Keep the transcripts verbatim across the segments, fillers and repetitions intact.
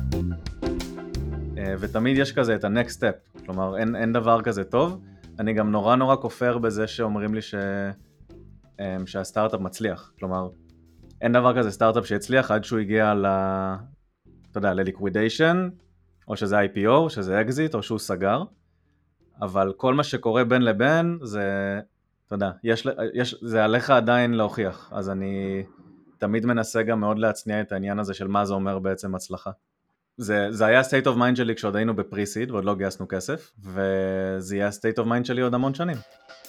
ותמיד יש כזה את ה-next step, כלומר אין, אין דבר כזה טוב. אני גם נורא נורא כופר בזה שאומרים לי ש... שהסטארט-אפ מצליח, כלומר אין דבר כזה סטארט-אפ שהצליח עד שהוא הגיע ל... אתה יודע, לליקווידיישן, או שזה איי פי או, שזה אקזיט, או שהוא סגר, אבל כל מה שקורה בין לבין זה, אתה יודע, יש, יש, זה עליך עדיין להוכיח, אז אני תמיד מנסה גם מאוד להצניע את העניין הזה של מה זה אומר בעצם הצלחה. זה, זה היה state of mind שלי כשעוד היינו בפרי-סיד ועוד לא גייסנו כסף, וזה יהיה state of mind שלי עוד המון שנים.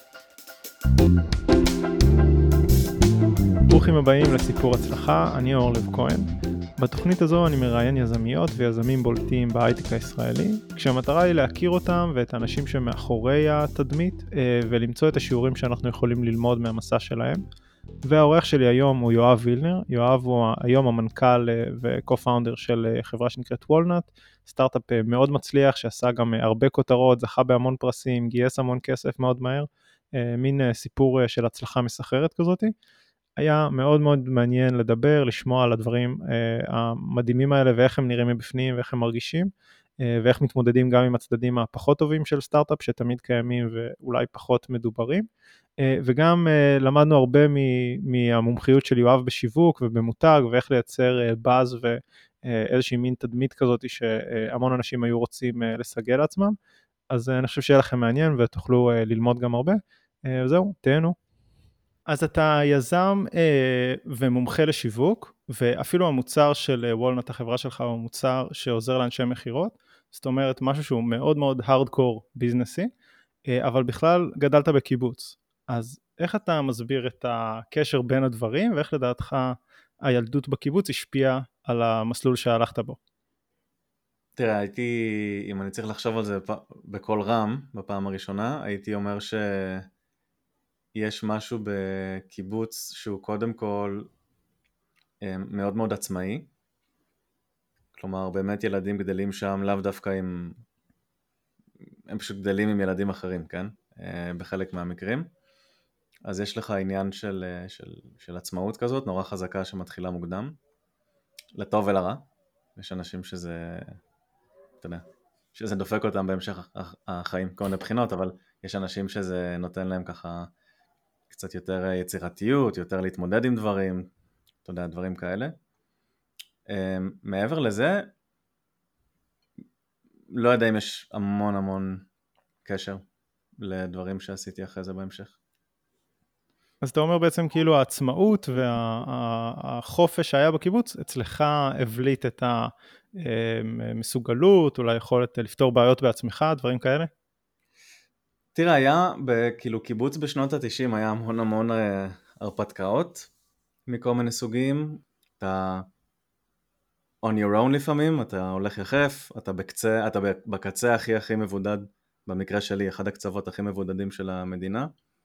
ברוכים הבאים לסיפור הצלחה, אני אור לב כהן. בתוכנית הזו אני מראיין יזמיות ויזמים בולטים בהייטק הישראלי, כשהמטרה היא להכיר אותם ואת האנשים שמאחורי התדמית, ולמצוא את השיעורים שאנחנו יכולים ללמוד מהמסע שלהם. והעורך שלי היום הוא יואב וילנר. יואב הוא היום המנכ"ל ו-co-founder של חברה שנקראת וולנט, סטארט-אפ מאוד מצליח שעשה גם הרבה כותרות, זכה בהמון פרסים, גייס המון כסף מאוד מהר, מין סיפור של הצלחה מסחררת כזאת. היה מאוד מאוד מעניין לדבר, לשמוע על הדברים uh, המדהימים האלה ואיך הם נראים מבפנים ואיך הם מרגישים, uh, ואיך מתמודדים גם עם הצדדים הפחות טובים של סטארט-אפ שתמיד קיימים ואולי פחות מדוברים, uh, וגם uh, למדנו הרבה מ- מהמומחיות של יואב בשיווק ובמותג ואיך לייצר uh, באז ואיזושהי מין תדמית כזאת שהמון אנשים היו רוצים uh, לסגל לעצמם, אז uh, אני חושב שיהיה לכם מעניין ותוכלו uh, ללמוד גם הרבה, uh, וזהו, תהנו. אז אתה יזם אה, ומומחה לשיווק, ואפילו המוצר של אה, וולנט, החברה שלך, הוא מוצר שעוזר לאנשי מחירות, זאת אומרת משהו שהוא מאוד מאוד הארדקור ביזנסי, אה, אבל בכלל גדלת בקיבוץ. אז איך אתה מסביר את הקשר בין הדברים, ואיך לדעתך הילדות בקיבוץ השפיעה על המסלול שהלכת בו? תראה, הייתי, אם אני צריך לחשוב על זה בכל רם, בפעם הראשונה, הייתי אומר שיש משהו בקיבוץ שהוא קודם כל מאוד מאוד עצמאי, כלומר באמת ילדים גדלים שם לאו דווקא עם, הם פשוט גדלים עם ילדים אחרים, כן? בחלק מהמקרים. אז יש לך עניין של, של, של עצמאות כזאת, נורא חזקה שמתחילה מוקדם, לטוב ולרע. יש אנשים שזה, אתה יודע, שזה דופק אותם בהמשך החיים, כל מיני בחינות, אבל יש אנשים שזה נותן להם ככה קצת יותר יצירתיות, יותר להתמודד עם דברים, אתה יודע, דברים כאלה. מעבר לזה, לא יודע אם יש המון המון קשר לדברים שעשיתי אחרי זה בהמשך. אז אתה אומר בעצם כאילו העצמאות והחופש שהיה בקיבוץ, אצלך הבליט את המסוגלות, אולי יכולת לפתור בעיות בעצמך, דברים כאלה? תראה, היה כאילו קיבוץ בשנות ה-תשעים, היה המון המון הרפתקאות מכל מיני סוגים, אתה on your own לפעמים, אתה הולך יחף, אתה בקצה, אתה בקצה הכי הכי מבודד, במקרה שלי, אחד הקצוות הכי מבודדים של המדינה,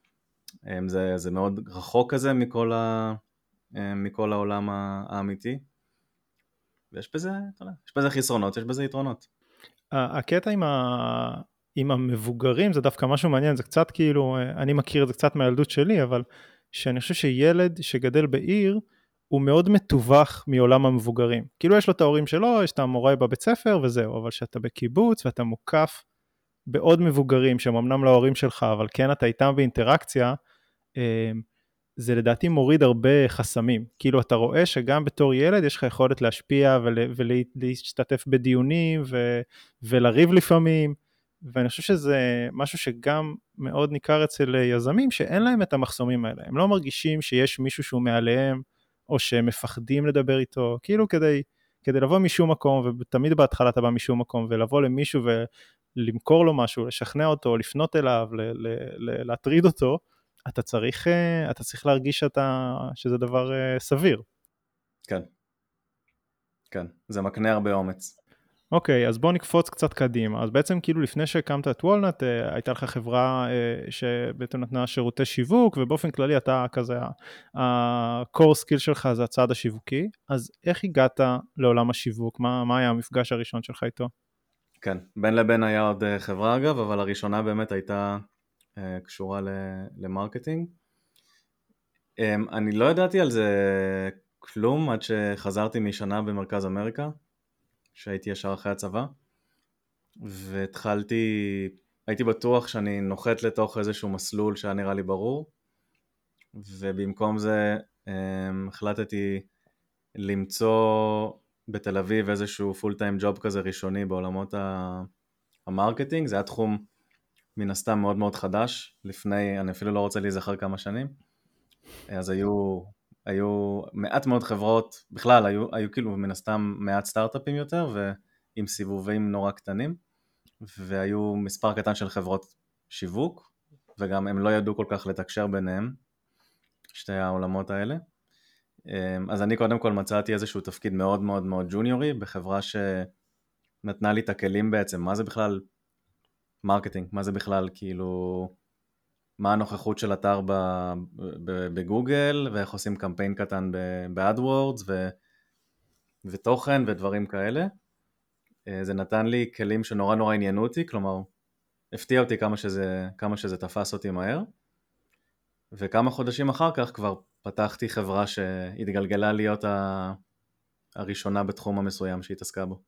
זה, זה מאוד רחוק כזה מכל, ה, מכל העולם האמיתי, ויש בזה, אתה יודע, יש בזה חסרונות, יש בזה יתרונות. הקטע עם, ה... עם המבוגרים זה דווקא משהו מעניין, זה קצת כאילו, אני מכיר את זה קצת מהילדות שלי, אבל שאני חושב שילד שגדל בעיר, הוא מאוד מתווך מעולם המבוגרים. כאילו יש לו את ההורים שלו, יש את המורה בבית ספר וזהו, אבל שאתה בקיבוץ ואתה מוקף בעוד מבוגרים, שהם אמנם לא ההורים שלך, אבל כן אתה איתם באינטראקציה, זה לדעתי מוריד הרבה חסמים. כאילו אתה רואה שגם בתור ילד יש לך יכולת להשפיע ולהשתתף בדיונים ו- ולריב לפעמים, ואני חושב שזה משהו שגם מאוד ניכר אצל יזמים, שאין להם את המחסומים האלה. הם לא מרגישים שיש מישהו שהוא מעליהם, או שהם מפחדים לדבר איתו, כאילו כדי, כדי לבוא משום מקום, ותמיד בהתחלה אתה בא משום מקום, ולבוא למישהו ולמכור לו משהו, לשכנע אותו, לפנות אליו, ל- ל- ל- להטריד אותו, אתה צריך, אתה צריך להרגיש שאתה, שזה דבר סביר. כן. כן, זה מקנה הרבה אומץ. אוקיי, אז בוא נקפוץ קצת קדימה. אז בעצם כאילו לפני שהקמת את וולנט, הייתה לך חברה שבעצם נתנה שירותי שיווק, ובאופן כללי אתה כזה, ה-core skill שלך זה הצעד השיווקי, אז איך הגעת לעולם השיווק? מה, מה היה המפגש הראשון שלך איתו? כן, בין לבין היה עוד חברה אגב, אבל הראשונה באמת הייתה קשורה למרקטינג. אני לא ידעתי על זה כלום עד שחזרתי משנה במרכז אמריקה, שהייתי ישר אחרי הצבא, והתחלתי, הייתי בטוח שאני נוחת לתוך איזשהו מסלול שהיה נראה לי ברור, ובמקום זה החלטתי למצוא בתל אביב איזשהו פול טיים ג'וב כזה ראשוני בעולמות המרקטינג. זה היה תחום מן הסתם מאוד מאוד חדש, לפני, אני אפילו לא רוצה להיזכר כמה שנים, אז היו, היו מעט מאוד חברות, בכלל היו, היו כאילו מן הסתם מעט סטארט-אפים יותר, ועם סיבובים נורא קטנים, והיו מספר קטן של חברות שיווק, וגם הם לא ידעו כל כך לתקשר ביניהם, שתי העולמות האלה. אז אני קודם כל מצאתי איזשהו תפקיד מאוד מאוד מאוד ג'וניורי, בחברה שנתנה לי את הכלים בעצם, מה זה בכלל מרקטינג, מה זה בכלל כאילו, מה הנוכחות של אתר בגוגל, ואיך עושים קמפיין קטן ב-AdWords, ו- ותוכן ודברים כאלה. זה נתן לי כלים שנורא נורא עניינו אותי, כלומר, הפתיע אותי כמה שזה, כמה שזה תפס אותי מהר, וכמה חודשים אחר כך כבר פתחתי חברה שהתגלגלה להיות ה- הראשונה בתחום המסוים שהתעסקה בו.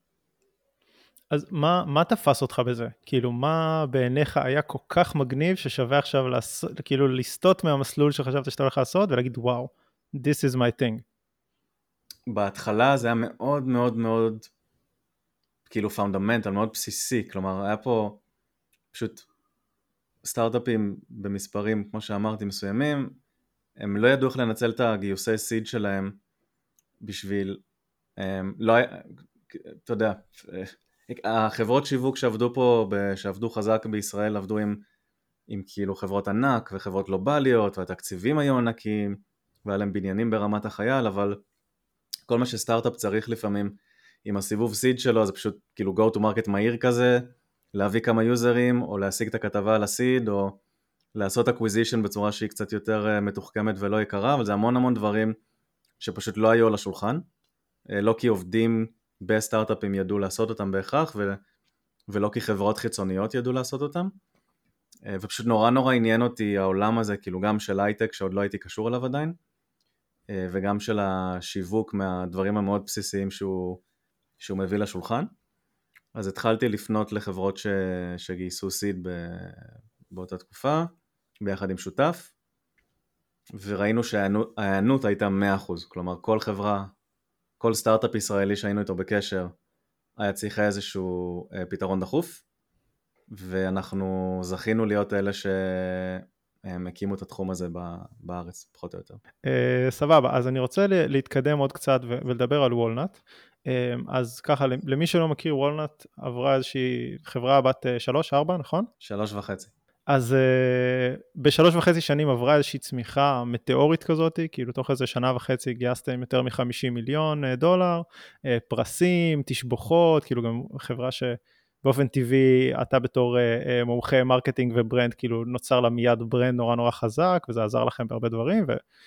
אז מה, מה תפס אותך בזה? כאילו, מה בעיניך היה כל כך מגניב ששווה עכשיו לעשות, כאילו לסטות מהמסלול שחשבת שאתה הולך לעשות ולהגיד, וואו, this is my thing. בהתחלה זה היה מאוד מאוד מאוד, כאילו פאונדמנטל, מאוד בסיסי, כלומר היה פה פשוט סטארט-אפים במספרים, כמו שאמרתי, מסוימים, הם לא ידעו איך לנצל את הגיוסי סיד שלהם בשביל, הם, לא, אתה יודע, החברות שיווק שעבדו פה, שעבדו חזק בישראל, עבדו עם, עם כאילו חברות ענק וחברות גלובליות, והתקציבים היו ענקים, והיה להם בניינים ברמת החייל, אבל כל מה שסטארט-אפ צריך לפעמים, עם הסיבוב סיד שלו, זה פשוט כאילו go to market מהיר כזה, להביא כמה יוזרים, או להשיג את הכתבה על הסיד, או לעשות acquisition בצורה שהיא קצת יותר מתוחכמת ולא יקרה, אבל זה המון המון דברים שפשוט לא היו על השולחן, לא כי עובדים בסטארט-אפים ידעו לעשות אותם בהכרח, ו... ולא כי חברות חיצוניות ידעו לעשות אותם, ופשוט נורא נורא עניין אותי העולם הזה, כאילו גם של הייטק שעוד לא הייתי קשור אליו עדיין, וגם של השיווק מהדברים המאוד בסיסיים שהוא, שהוא מביא לשולחן. אז התחלתי לפנות לחברות ש... שגייסו סיד ב... באותה תקופה, ביחד עם שותף, וראינו שההיענות הייתה מאה אחוז, כלומר כל חברה, כל סטארט-אפ ישראלי שהיינו איתו בקשר, היה צריך איזשהו פתרון דחוף, ואנחנו זכינו להיות אלה שהם הקימו את התחום הזה בארץ, פחות או יותר. סבבה, אז אני רוצה להתקדם עוד קצת ולדבר על וולנט. אז ככה, למי שלא מכיר, וולנט עברה איזושהי חברה בת שלוש, ארבע, נכון? שלוש וחצי. אז uh, בשלוש וחצי שנים עברה איזושהי צמיחה מטאורית כזאת, כאילו תוך איזה שנה וחצי גייסתם יותר מ-חמישים מיליון דולר, uh, פרסים, תשבוכות, כאילו גם חברה שבאופן טבעי אתה בתור uh, uh, מומחה מרקטינג וברנד, כאילו נוצר לה מיד ברנד נורא נורא חזק, וזה עזר לכם בהרבה דברים,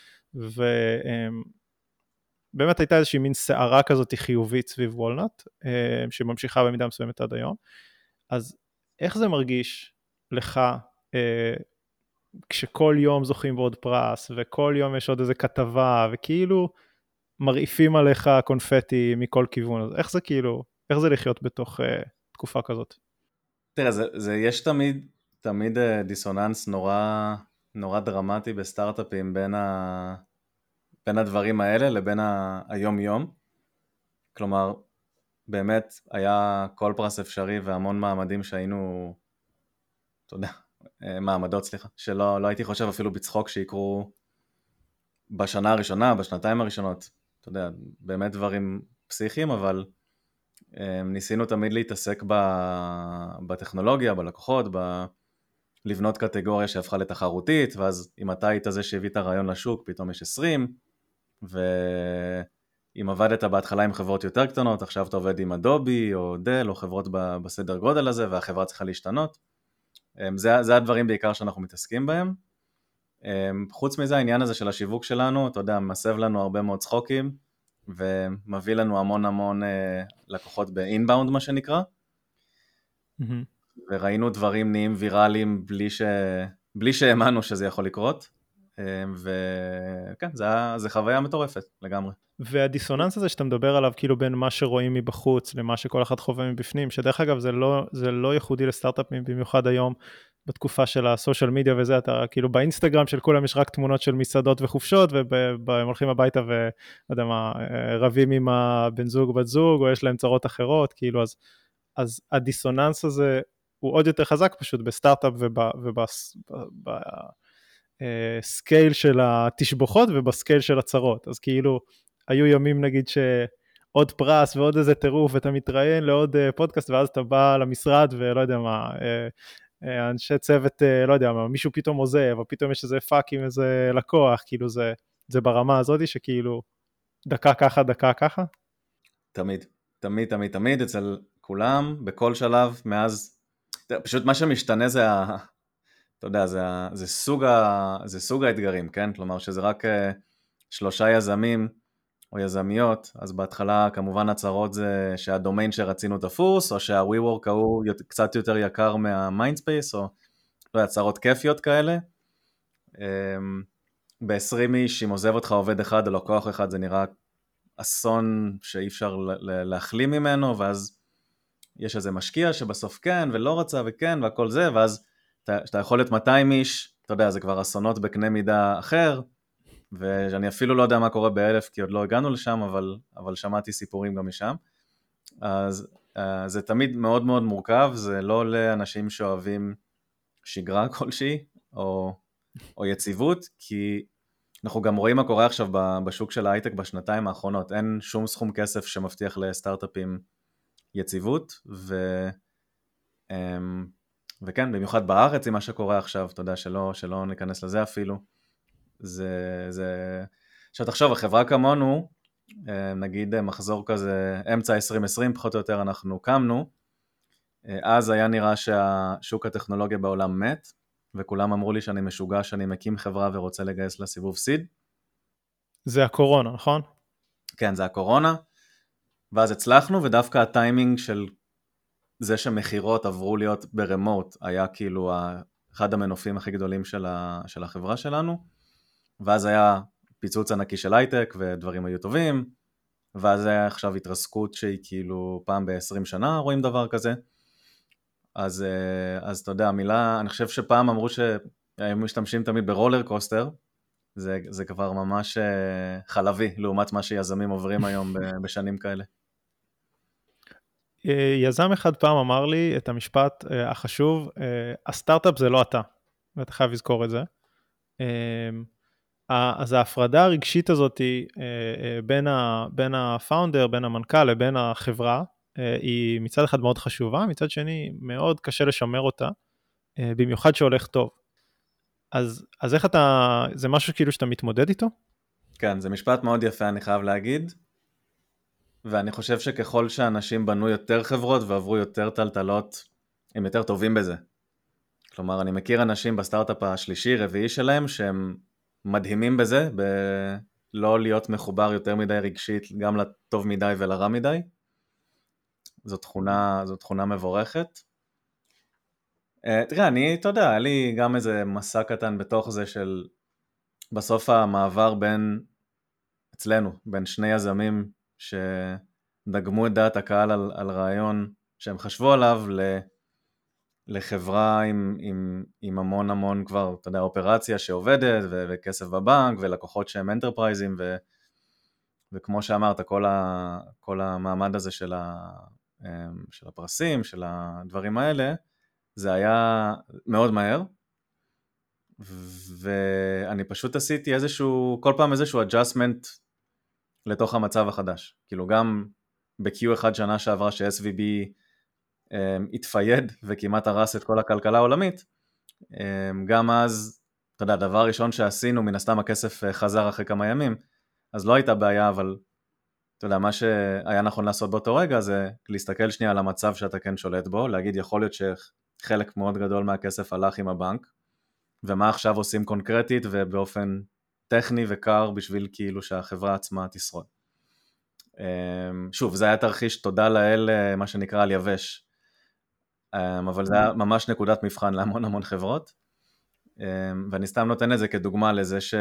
ובאמת um, הייתה איזושהי מין שערה כזאת חיובית סביב וולנט, uh, שממשיכה במידה מסוימת עד היום. אז איך זה מרגיש לך, אה, כשכל יום זוכים בעוד פרס, וכל יום יש עוד איזה כתבה, וכאילו מרעיפים עליך קונפטי מכל כיוון, אז איך זה כאילו, איך זה לחיות בתוך אה, תקופה כזאת? תראה, זה, זה, יש תמיד, תמיד אה, דיסוננס נורא, נורא דרמטי בסטארט-אפים, בין, ה, בין הדברים האלה לבין ה, היום יום, כלומר, באמת היה כל פרס אפשרי, והמון מעמדים שהיינו, אתה יודע, מעמדות, סליחה, שלא לא הייתי חושב אפילו בצחוק שיקרו בשנה הראשונה, בשנתיים הראשונות, אתה יודע, באמת דברים פסיכיים, אבל ניסינו תמיד להתעסק בטכנולוגיה, בלקוחות, לבנות קטגוריה שהפכה לתחרותית, ואז אם אתה היית זה שהביא את הרעיון לשוק, פתאום יש עשרים, ואם עבדת בהתחלה עם חברות יותר קטנות, עכשיו אתה עובד עם אדובי או דל, או חברות בסדר גודל הזה, והחברה צריכה להשתנות. זה, זה הדברים בעיקר שאנחנו מתעסקים בהם. חוץ מזה, העניין הזה של השיווק שלנו, אתה יודע, מסב לנו הרבה מאוד צחוקים, ומביא לנו המון המון לקוחות באינבאונד, מה שנקרא. Mm-hmm. וראינו דברים נהיים ויראליים בלי, ש... בלי שהאמנו שזה יכול לקרות. וכן, זה, זה חוויה מטורפת לגמרי. והדיסוננס הזה שאתה מדבר עליו, כאילו בין מה שרואים מבחוץ למה שכל אחד חווה מבפנים, שדרך אגב זה לא, זה לא ייחודי לסטארט-אפים, במיוחד היום בתקופה של הסושיאל מדיה וזה, אתה כאילו באינסטגרם של כולם יש רק תמונות של מסעדות וחופשות, והם הולכים הביתה ולא יודע מה, רבים עם הבן זוג בת זוג, או יש להם צרות אחרות, כאילו אז, אז הדיסוננס הזה הוא עוד יותר חזק פשוט בסטארט-אפ ובסקייל של התשבוכות ובסקייל של הצרות, אז כאילו היו ימים נגיד שעוד פרס ועוד איזה טירוף, ואתה מתראיין לעוד פודקאסט, ואז אתה בא למשרד ולא יודע מה, אנשי צוות, לא יודע מה, מישהו פתאום עוזב, או פתאום יש איזה פאק עם איזה לקוח, כאילו זה, זה ברמה הזאת שכאילו דקה ככה, דקה ככה? תמיד, תמיד, תמיד, תמיד, אצל כולם, בכל שלב, מאז, פשוט מה שמשתנה זה ה... אתה יודע, זה, זה, סוג ה, זה סוג האתגרים, כן? כלומר שזה רק שלושה יזמים או יזמיות, אז בהתחלה כמובן הצרות זה שהדומיין שרצינו תפוס, או שה-WeWork הוא קצת יותר יקר מה-Mindspace, או לא יודע, צרות כיפיות כאלה. ב-עשרים איש, אם עוזב אותך עובד אחד או לקוח אחד, זה נראה אסון שאי אפשר להחלים ממנו, ואז יש איזה משקיע שבסוף כן, ולא רצה וכן, והכל זה, ואז שאתה יכול להיות מאתיים איש, אתה יודע, זה כבר אסונות בקנה מידה אחר, ואני אפילו לא יודע מה קורה באלף, כי עוד לא הגענו לשם, אבל, אבל שמעתי סיפורים גם משם. אז uh, זה תמיד מאוד מאוד מורכב, זה לא לאנשים שאוהבים שגרה כלשהי, או, או יציבות, כי אנחנו גם רואים מה קורה עכשיו בשוק של ההייטק בשנתיים האחרונות, אין שום סכום כסף שמבטיח לסטארט-אפים יציבות, ו... Um, וכן, במיוחד בארץ עם מה שקורה עכשיו, אתה יודע, שלא, שלא ניכנס לזה אפילו, זה, זה, שתחשוב, החברה כמונו, נגיד מחזור כזה, אמצע עשרים עשרים פחות או יותר אנחנו קמנו, אז היה נראה שהשוק הטכנולוגיה בעולם מת, וכולם אמרו לי שאני משוגע, שאני מקים חברה ורוצה לגייס לסיבוב סיד. זה הקורונה, נכון? כן, זה הקורונה, ואז הצלחנו, ודווקא הטיימינג של זה שמחירות עברו להיות ברמוט, היה כאילו אחד המנופים הכי גדולים של, ה, של החברה שלנו, ואז היה פיצוץ ענקי של הייטק, ודברים היו טובים, ואז היה עכשיו התרסקות שהיא כאילו פעם ב-עשרים שנה רואים דבר כזה, אז, אז אתה יודע, המילה, אני חושב שפעם אמרו שהיו משתמשים תמיד ברולר קוסטר, זה, זה כבר ממש חלבי, לעומת מה שיזמים עוברים היום בשנים כאלה. יזם אחד פעם אמר לי את המשפט החשוב, הסטארט-אפ זה לא אתה, ואתה חייב לזכור את זה. אז ההפרדה הרגשית הזאת בין, ה, בין הפאונדר, בין המנכ"ל לבין החברה, היא מצד אחד מאוד חשובה, מצד שני מאוד קשה לשמר אותה, במיוחד שהולך טוב. אז, אז איך אתה, זה משהו כאילו שאתה מתמודד איתו? כן, זה משפט מאוד יפה, אני חייב להגיד, ואני חושב שככל שאנשים בנו יותר חברות ועברו יותר טלטלות, הם יותר טובים בזה. כלומר, אני מכיר אנשים בסטארט-אפ השלישי, רביעי שלהם, שהם מדהימים בזה, בלא להיות מחובר יותר מדי רגשית, גם לטוב מדי ולרע מדי. זו תכונה, זו תכונה מבורכת. תראה, אני, אתה יודע, היה לי גם איזה מסע קטן בתוך זה של, בסוף המעבר בין, אצלנו, בין שני יזמים שדגמו את דעת הקהל על, על רעיון שהם חשבו עליו ל... לחברה עם, עם, עם המון המון כבר, אתה יודע, אופרציה שעובדת ו- וכסף בבנק ולקוחות שהם אנטרפרייזים ו- וכמו שאמרת, כל, ה- כל המעמד הזה של, ה- של הפרסים, של הדברים האלה, זה היה מאוד מהר, ואני פשוט עשיתי איזשהו, כל פעם איזשהו adjustment לתוך המצב החדש, כאילו גם ב-Q אחד שנה שעברה ש-אס וי בי התפייד וכמעט הרס את כל הכלכלה העולמית, גם אז, אתה יודע, הדבר הראשון שעשינו, מן הסתם הכסף חזר אחרי כמה ימים, אז לא הייתה בעיה, אבל אתה יודע, מה שהיה נכון לעשות באותו רגע זה להסתכל שנייה על המצב שאתה כן שולט בו, להגיד יכול להיות שחלק מאוד גדול מהכסף הלך עם הבנק, ומה עכשיו עושים קונקרטית ובאופן טכני וקר בשביל כאילו שהחברה עצמה תשרוד. שוב, זה היה תרחיש תודה לאל, מה שנקרא על יבש, אבל זה היה ממש נקודת מבחן להמון המון חברות, ואני סתם נותן את זה כדוגמה לזה ש...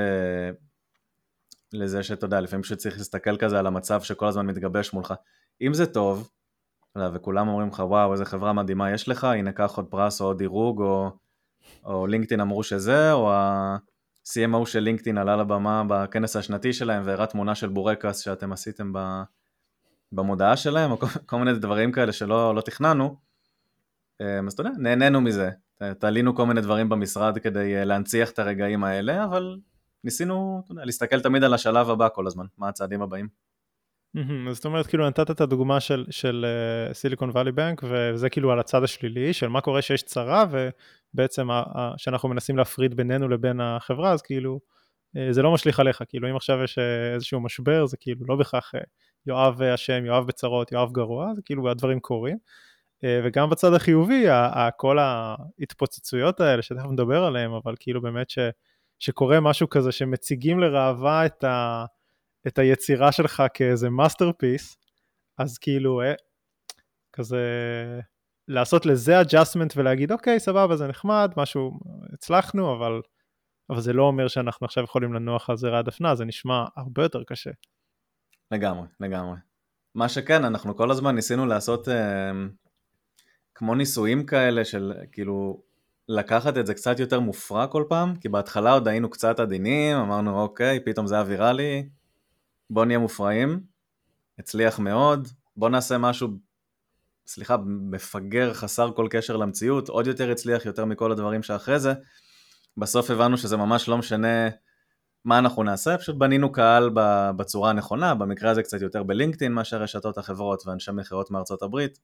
לזה שאתה יודע, לפעמים שצריך להסתכל כזה על המצב שכל הזמן מתגבש מולך. אם זה טוב, וכולם אומרים לך, וואו, איזה חברה מדהימה יש לך, הנה קח עוד פרס או עוד דירוג, או, או לינקדאין אמרו שזה, או ה-סי אם או של לינקדאין עלה לבמה בכנס השנתי שלהם, והראה תמונה של בורקס שאתם עשיתם במודעה שלהם, או כל, כל מיני דברים כאלה שלא לא תכננו, אז אתה יודע, נהנינו מזה. תעלינו כל מיני דברים במשרד כדי להנציח את הרגעים האלה, אבל ניסינו, אתה יודע, להסתכל תמיד על השלב הבא כל הזמן, מה הצעדים הבאים. אז זאת אומרת, כאילו נתת את הדוגמה של, של סיליקון ואלי בנק, וזה כאילו על הצד השלילי, של מה קורה שיש צרה, ובעצם שאנחנו מנסים להפריד בינינו לבין החברה, אז כאילו, זה לא משליך עליך, כאילו אם עכשיו יש איזשהו משבר, זה כאילו לא בכך יואב אשם, יואב בצרות, יואב גרוע, זה כאילו הדברים קורים, וגם בצד החיובי, כל ההתפוצצויות האלה, שתכף נדבר עליהם, אבל כאילו באמת ש, שקורה משהו כזה, שמציגים לראווה את ה... את היצירה שלך כאיזה מאסטרפיס, אז כאילו, אה, כזה, לעשות לזה adjustment ולהגיד, אוקיי, סבבה, זה נחמד, משהו, הצלחנו, אבל, אבל זה לא אומר שאנחנו עכשיו יכולים לנוח על זרי הדפנה, זה נשמע הרבה יותר קשה. לגמרי, לגמרי. מה שכן, אנחנו כל הזמן ניסינו לעשות אה, כמו ניסויים כאלה של, כאילו, לקחת את זה קצת יותר מופרע כל פעם, כי בהתחלה עוד היינו קצת עדינים, אמרנו, אוקיי, פתאום זה היה ויראלי, בוא נהיה מופרעים, הצליח מאוד, בוא נעשה משהו, סליחה, מפגר, חסר כל קשר למציאות, עוד יותר הצליח יותר מכל הדברים שאחרי זה, בסוף הבנו שזה ממש לא משנה מה אנחנו נעשה, פשוט בנינו קהל בצורה הנכונה, במקרה הזה קצת יותר בלינקדאין, מאשר רשתות החברות ואנשי מכירות מארצות הברית,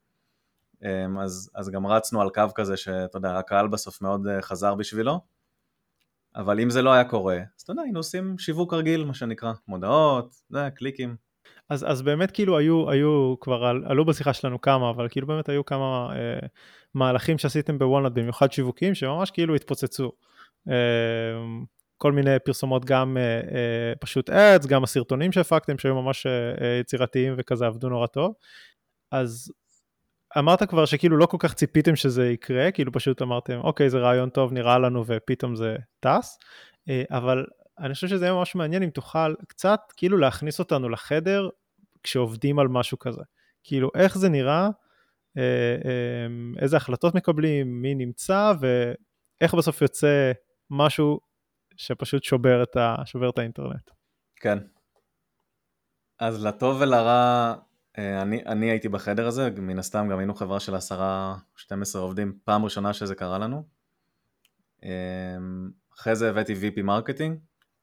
אז, אז גם רצנו על קו כזה שאתה יודע, הקהל בסוף מאוד חזר בשבילו, אבל אם זה לא היה קורה, אז אתה יודע, היינו עושים שיווק רגיל, מה שנקרא, מודעות, זה, קליקים. אז, אז באמת כאילו היו, היו כבר, עלו בשיחה שלנו כמה, אבל כאילו באמת היו כמה אה, מהלכים שעשיתם בוולנט, במיוחד שיווקים, שממש כאילו התפוצצו. אה, כל מיני פרסומות גם אה, אה, פשוט אדס, גם הסרטונים שהפקתם, שהיו ממש אה, יצירתיים וכזה עבדו נורא טוב. אז אמרת כבר שכאילו לא כל כך ציפיתם שזה יקרה, כאילו פשוט אמרתם, אוקיי, זה רעיון טוב, נראה לנו, ופתאום זה טס, אה, אבל אני חושב שזה ממש מעניין אם תוכל קצת כאילו להכניס אותנו לחדר כשעובדים על משהו כזה. כאילו איך זה נראה, איזה החלטות מקבלים, מי נמצא, ואיך בסוף יוצא משהו שפשוט שובר את, ה, שובר את האינטרנט. כן. אז לטוב ולרע, אני, אני הייתי בחדר הזה, מן הסתם גם היינו חברה של עשרה, שתים עשרה עובדים, פעם ראשונה שזה קרה לנו. אחרי זה הבאתי וי פי מרקטינג,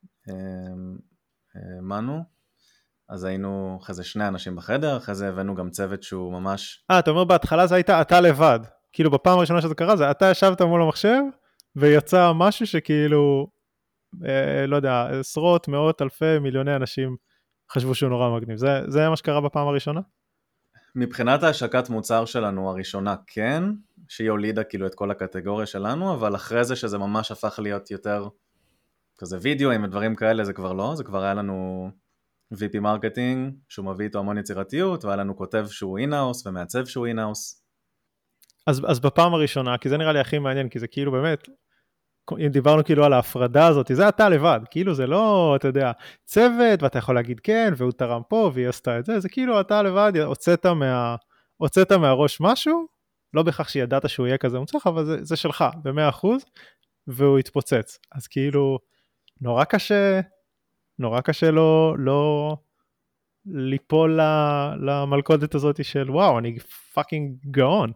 מנו, אז היינו אחרי זה שני אנשים בחדר, אחרי זה הבאנו גם צוות שהוא ממש... אה, אתה אומר בהתחלה זה הייתה אתה לבד, כאילו בפעם הראשונה שזה קרה, זה אתה ישבת מול המחשב, ויצא משהו שכאילו, אה, לא יודע, עשרות, מאות, אלפי, מיליוני אנשים חשבו שהוא נורא מגניב. זה, זה מה שקרה בפעם הראשונה? מבחינת ההשקת מוצר שלנו הראשונה כן, שהיא הולידה כאילו את כל הקטגוריה שלנו, אבל אחרי זה שזה ממש הפך להיות יותר כזה וידאו, עם דברים כאלה זה כבר לא, זה כבר היה לנו וי פי מרקטינג, שהוא מביא איתו המון יצירתיות, והיה לנו כותב שהוא אינאוס ומעצב שהוא אינאוס. אז, אז בפעם הראשונה, כי זה נראה לי הכי מעניין, כי זה כאילו באמת, אם דיברנו כאילו על ההפרדה הזאת, זה אתה לבד, כאילו זה לא, אתה יודע, צוות, ואתה יכול להגיד כן, והוא תרם פה, והיא עשתה את זה, זה כאילו אתה לבד, הוצאת, מה, הוצאת מהראש משהו, לא בכך שידעת שהוא יהיה כזה מוצלח, אבל זה, זה שלך, ב-מאה אחוז, והוא יתפוצץ. אז כאילו, נורא קשה, נורא קשה לא, לא ליפול למלכודת הזאת של, וואו, אני פאקינג גאון.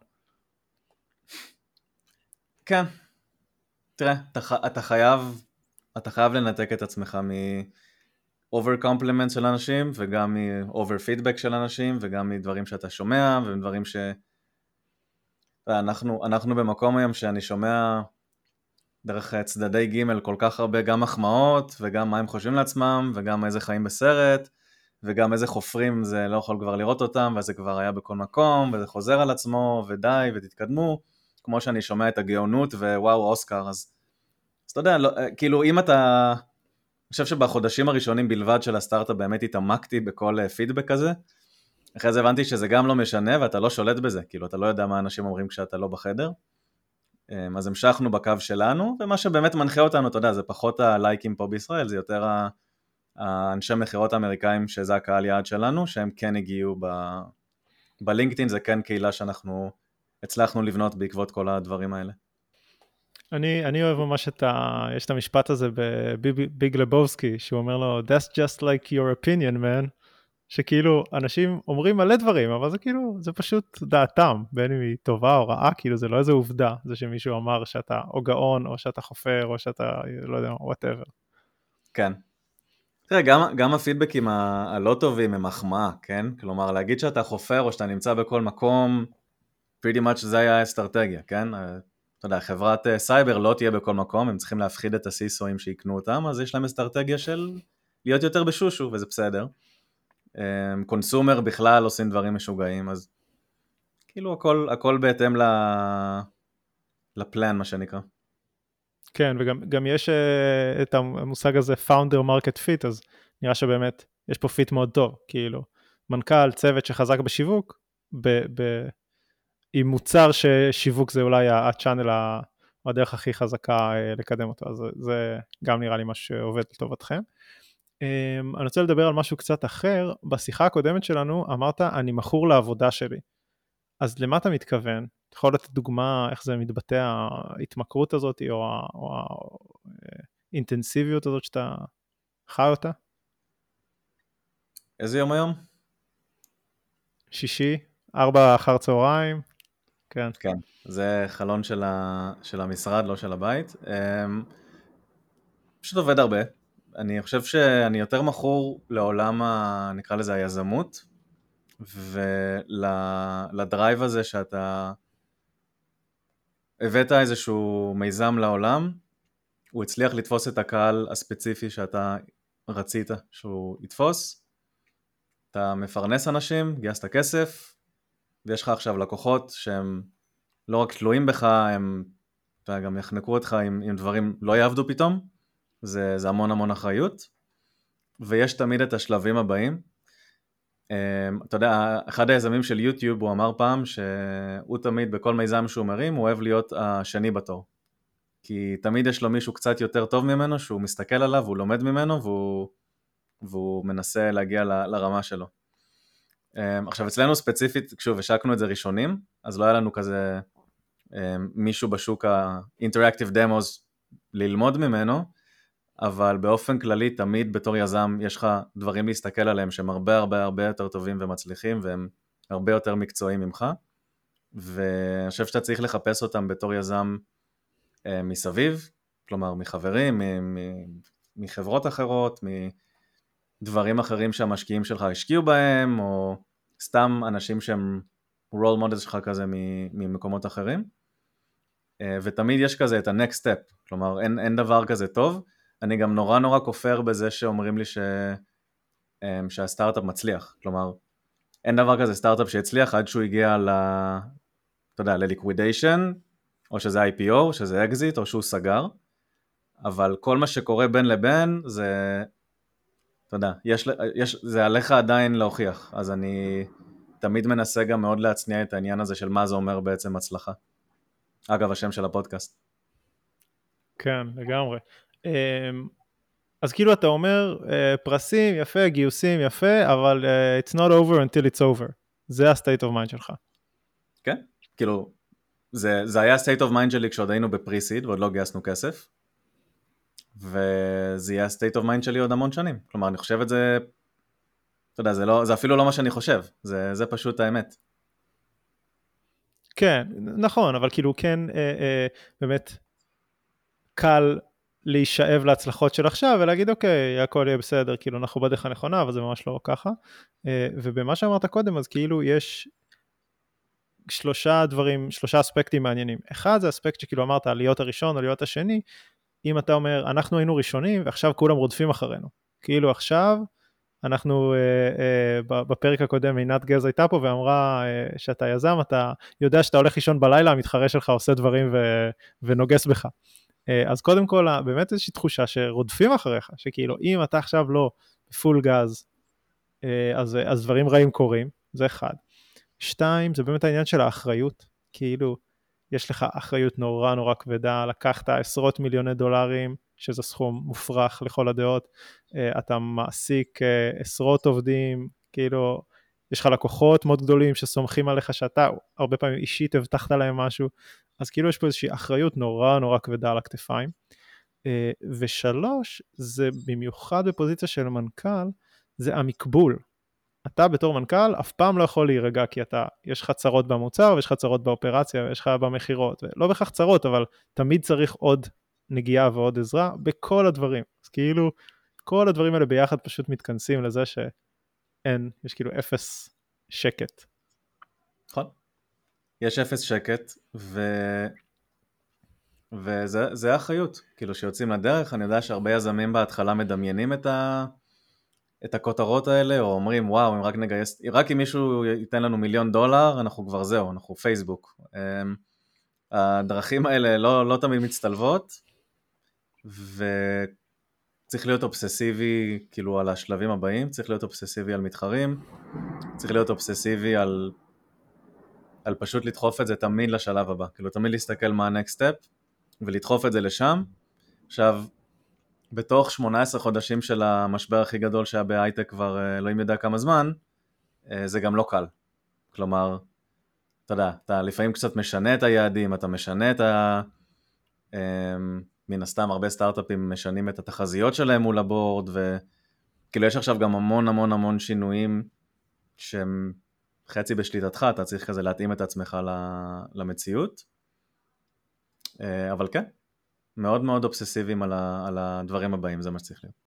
כן. תראה, אתה, אתה חייב, אתה חייב לנתק את עצמך מ-over compliment של אנשים, וגם מ-over feedback של אנשים, וגם מדברים שאתה שומע, ומדברים ש... אנחנו, אנחנו במקום היום שאני שומע דרך צדדי ג' כל כך הרבה, גם מחמאות, וגם מה הם חושבים לעצמם, וגם איזה חיים בסרט, וגם איזה חופרים זה לא יכול כבר לראות אותם, וזה כבר היה בכל מקום, וזה חוזר על עצמו, ודי, ותתקדמו, כמו שאני שומע את הגאונות, ווואו, אוסקר, אז... אז אתה יודע, לא, כאילו אם אתה, אני חושב שבחודשים הראשונים בלבד של הסטארט-אפ באמת התעמקתי בכל פידבק הזה, אחרי זה הבנתי שזה גם לא משנה ואתה לא שולט בזה, כאילו אתה לא יודע מה אנשים אומרים כשאתה לא בחדר, אז המשכנו בקו שלנו, ומה שבאמת מנחה אותנו, אתה יודע, זה פחות הלייקים פה בישראל, זה יותר האנשי מחירות האמריקאים, שזה הקהל יעד שלנו, שהם כן הגיעו ב... בלינקדאין, זה כן קהילה שאנחנו הצלחנו לבנות בעקבות כל הדברים האלה. אני, אני אוהב ממש את ה... יש את המשפט הזה בביג לבובסקי, שהוא אומר לו, That's just like your opinion, man. שכאילו, אנשים אומרים מלא דברים, אבל זה כאילו, זה פשוט דעתם, בין אם היא טובה או רעה, כאילו זה לא איזה עובדה, זה שמישהו אמר שאתה או גאון, או שאתה חופר, או שאתה, לא יודע, whatever. כן. תראה, גם, גם הפידבקים ה- הלא טובים הם מחמאה, כן? כלומר, להגיד שאתה חופר או שאתה נמצא בכל מקום, pretty much זה היה האסטרטגיה, כן? אתה יודע, חברת סייבר לא תהיה בכל מקום, הם צריכים להפחיד את הסיסואים שיקנו אותם, אז יש להם אסטרטגיה של להיות יותר בשושו, וזה בסדר. קונסומר בכלל עושים דברים משוגעים, אז כאילו הכל, הכל בהתאם ל... לפלן, מה שנקרא. כן, וגם גם יש uh, את המושג הזה founder market fit, אז נראה שבאמת יש פה פיט מאוד טוב, כאילו מנכ"ל, צוות שחזק בשיווק, ב- ב- עם מוצר ששיווק זה אולי הצ'אנל או הדרך הכי חזקה uh, לקדם אותו, אז זה גם נראה לי מה שעובד לטובתכם. Um, אני רוצה לדבר על משהו קצת אחר, בשיחה הקודמת שלנו אמרת, אני מכור לעבודה שלי, אז למה אתה מתכוון? אתה יכול לתת דוגמה איך זה מתבטא ההתמכרות הזאת או, או האינטנסיביות הזאת שאתה חי אותה? איזה יום היום? שישי, ארבע אחר צהריים, כן. כן, זה חלון של, ה... של המשרד, לא של הבית. פשוט עובד הרבה. אני חושב שאני יותר מכור לעולם, ה... נקרא לזה היזמות, ולדרייב הזה שאתה הבאת איזשהו מיזם לעולם, הוא הצליח לתפוס את הקהל הספציפי שאתה רצית שהוא יתפוס, אתה מפרנס אנשים, גייסת כסף, ויש לך עכשיו לקוחות שהם לא רק תלויים בך, הם גם יחנקו אותך אם, אם דברים לא יעבדו פתאום, זה, זה המון המון אחריות, ויש תמיד את השלבים הבאים. אתה יודע, אחד היזמים של יוטיוב, הוא אמר פעם שהוא תמיד בכל מיזם שהוא מרים, הוא אוהב להיות השני בתור. כי תמיד יש לו מישהו קצת יותר טוב ממנו, שהוא מסתכל עליו, הוא לומד ממנו, והוא, והוא מנסה להגיע ל, לרמה שלו. עכשיו, אצלנו ספציפית, כשוב, השקנו את זה ראשונים, אז לא היה לנו כזה מישהו בשוק ה-interactive demos ללמוד ממנו, אבל באופן כללי, תמיד בתור יזם, יש לך דברים להסתכל עליהם, שהם הרבה הרבה הרבה יותר טובים ומצליחים, והם הרבה יותר מקצועיים ממך, ואני חושב שאתה צריך לחפש אותם בתור יזם מסביב, כלומר מחברים, מחברות אחרות, מדברים אחרים שהמשקיעים שלך השקיעו בהם, או סתם אנשים שהם role models שלך כזה ממקומות אחרים, ותמיד יש כזה את ה-next step, כלומר אין, אין דבר כזה טוב. אני גם נורא נורא כופר בזה שאומרים לי ש... שהסטארט-אפ מצליח, כלומר אין דבר כזה סטארט-אפ שהצליח עד שהוא הגיע ל... אתה יודע, ל-liquidation, או שזה איי פי או, שזה exit, או שהוא סגר, אבל כל מה שקורה בין לבין, זה, אתה יודע, יש, יש, זה עליך עדיין להוכיח, אז אני תמיד מנסה גם מאוד להצניע את העניין הזה של מה זה אומר בעצם הצלחה. אגב, השם של הפודקאסט. כן, לגמרי. אז כאילו אתה אומר, פרסים, יפה, גיוסים, יפה, אבל it's not over until it's over. זה ה-state of mind שלך. כן, כאילו, זה, זה היה state of mind שלי כשעוד היינו בפרי-סיד, ועוד לא גייסנו כסף, וזה יהיה state of mind שלי עוד המון שנים. כלומר, אני חושב את זה, אתה יודע, זה, לא, זה אפילו לא מה שאני חושב, זה, זה פשוט האמת. כן, נכון, אבל כאילו כן, אה, אה, באמת קל להישאב להצלחות של עכשיו, ולהגיד אוקיי, הכל יהיה בסדר, כאילו אנחנו בדרך הנכונה, אבל זה ממש לא ככה. אה, ובמה שאמרת קודם, אז כאילו יש שלושה דברים, שלושה אספקטים מעניינים. אחד זה אספקט שכאילו אמרת, להיות הראשון או להיות השני, אם אתה אומר, אנחנו היינו ראשונים, ועכשיו כולם רודפים אחרינו. כאילו עכשיו, אנחנו, uh, uh, בפרק הקודם, עינת גז הייתה פה, ואמרה uh, שאתה יזם, אתה יודע שאתה הולך לישון בלילה, המתחרה שלך עושה דברים ו- ונוגס בך. Uh, אז קודם כל, באמת איזושהי תחושה שרודפים אחריך, שכאילו, אם אתה עכשיו לא פול גז, uh, אז, אז דברים רעים קורים, זה אחד. שתיים, זה באמת העניין של האחריות, כאילו, יש לך אחריות נורא נורא כבדה, לקחת עשרות מיליוני דולרים, שזה סכום מופרך לכל הדעות, אתה מעסיק עשרות עובדים, כאילו, יש לך לקוחות מאוד גדולים שסומכים עליך שאתה, הרבה פעמים אישית הבטחת להם משהו, אז כאילו יש פה איזושהי אחריות נורא נורא כבדה על הכתפיים, ושלוש, זה במיוחד בפוזיציה של מנכ"ל, זה המקבול. אתה בתור מנכ"ל אף פעם לא יכול להירגע, כי אתה, יש לך צרות במוצר, ויש לך צרות באופרציה, ויש לך במחירות, ולא בכך צרות, אבל תמיד צריך עוד נגיעה ועוד עזרה, בכל הדברים. אז כאילו, כל הדברים האלה ביחד פשוט מתכנסים לזה שאין, יש כאילו אפס שקט. נכון. יש אפס שקט, ו... וזה זה האחריות. כאילו שיוצאים לדרך, אני יודע שהרבה יזמים בהתחלה מדמיינים את ה... את הכותרות האלה, או אומרים, וואו, אם רק נגייס, רק אם מישהו ייתן לנו מיליון דולר, אנחנו כבר זהו, אנחנו פייסבוק. הדרכים האלה לא, לא תמיד מצטלבות, וצריך להיות אובססיבי, כאילו, על השלבים הבאים, צריך להיות אובססיבי על מתחרים, צריך להיות אובססיבי על, על פשוט לדחוף את זה תמיד לשלב הבא, כאילו, תמיד להסתכל מה ה-next step, ולדחוף את זה לשם. עכשיו, בתוך שמונה עשרה חודשים של המשבר הכי גדול שהיה בהייטק כבר לא יודע כמה זמן, זה גם לא קל. כלומר, אתה יודע, אתה לפעמים קצת משנה את היעדים, אתה משנה את ה... מן הסתם הרבה סטארט-אפים משנים את התחזיות שלהם מול הבורד, וכאילו יש עכשיו גם המון המון המון שינויים שהם חצי בשליטתך, אתה צריך כזה להתאים את עצמך למציאות. אבל כן, מאוד מאוד אובססיביים על, ה, על הדברים הבאים, זה מה שצריך להיות.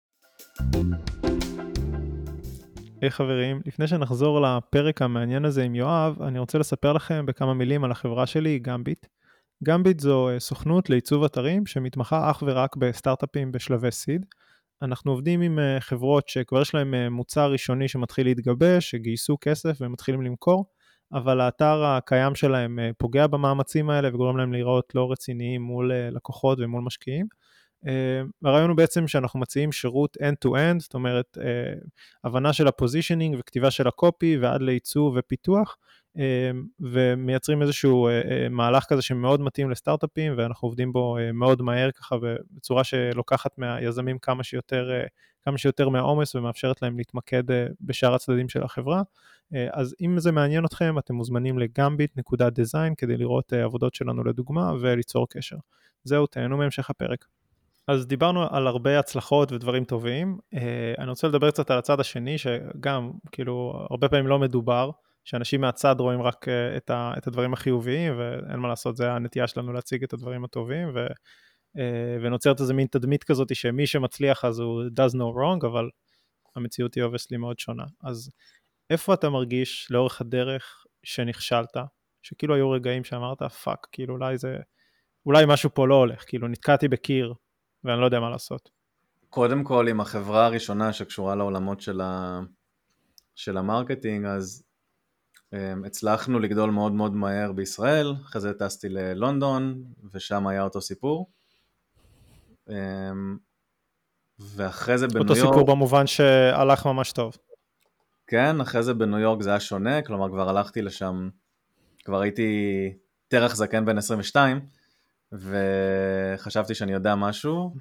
היי hey, חברים, לפני שנחזור לפרק המעניין הזה עם יואב, אני רוצה לספר לכם בכמה מילים על החברה שלי, גמביט. גמביט זו סוכנות לעיצוב אתרים שמתמחה אך ורק בסטארט-אפים בשלבי סיד. אנחנו עובדים עם חברות שכבר יש להם מוצר ראשוני שמתחיל להתגבש, שגייסו כסף ומתחילים למכור, אבל האתר הקיים שלהם פוגע במאמצים האלה וגורם להם להיראות לא רציניים מול לקוחות ומול משקיעים. הרעיון הוא בעצם שאנחנו מציעים שירות end-to-end, זאת אומרת, הבנה של הפוזישנינג וכתיבה של הקופי ועד לעיצוב ופיתוח, ומייצרים איזשהו מהלך כזה שמאוד מתאים לסטארט-אפים, ואנחנו עובדים בו מאוד מהר ככה בצורה שלוקחת מהיזמים כמה שיותר, כמה שיותר מהעומס ומאפשרת להם להתמקד בשאר הצדדים של החברה. אז אם זה מעניין אתכם, אתם מוזמנים לגמביט נקודה דיזיין כדי לראות עבודות שלנו לדוגמה וליצור קשר. זהו, תהנו מהמשך הפרק. אז דיברנו על הרבה הצלחות ודברים טובים, אני רוצה לדבר קצת על הצד השני, שגם כאילו הרבה פעמים לא מדובר, שאנשים מהצד רואים רק את, ה, את הדברים החיוביים, ואין מה לעשות, זה הנטייה שלנו להציג את הדברים הטובים, ו, ונוצרת איזה מין תדמית כזאת, שמי שמצליח אז הוא does no wrong, אבל המציאות היא obviously מאוד שונה. אז איפה אתה מרגיש לאורך הדרך שנכשלת, שכאילו היו רגעים שאמרת, פאק, כאילו אולי זה, אולי משהו פה לא הולך, כאילו נתקעתי בקיר, ואני לא יודע מה לעשות. קודם כל, עם החברה הראשונה שקשורה לעולמות של, ה... של המרקטינג, אז um, הצלחנו לגדול מאוד מאוד מהר בישראל, אחרי זה טסתי ללונדון, ושם היה אותו סיפור. Um, ואחרי זה בניו אותו יורק... אותו סיפור במובן שהלך ממש טוב. כן, אחרי זה בניו יורק זה היה שונה, כלומר כבר הלכתי לשם, כבר הייתי תרח זקן בן עשרים ושתיים, וחשבתי שאני יודע משהו,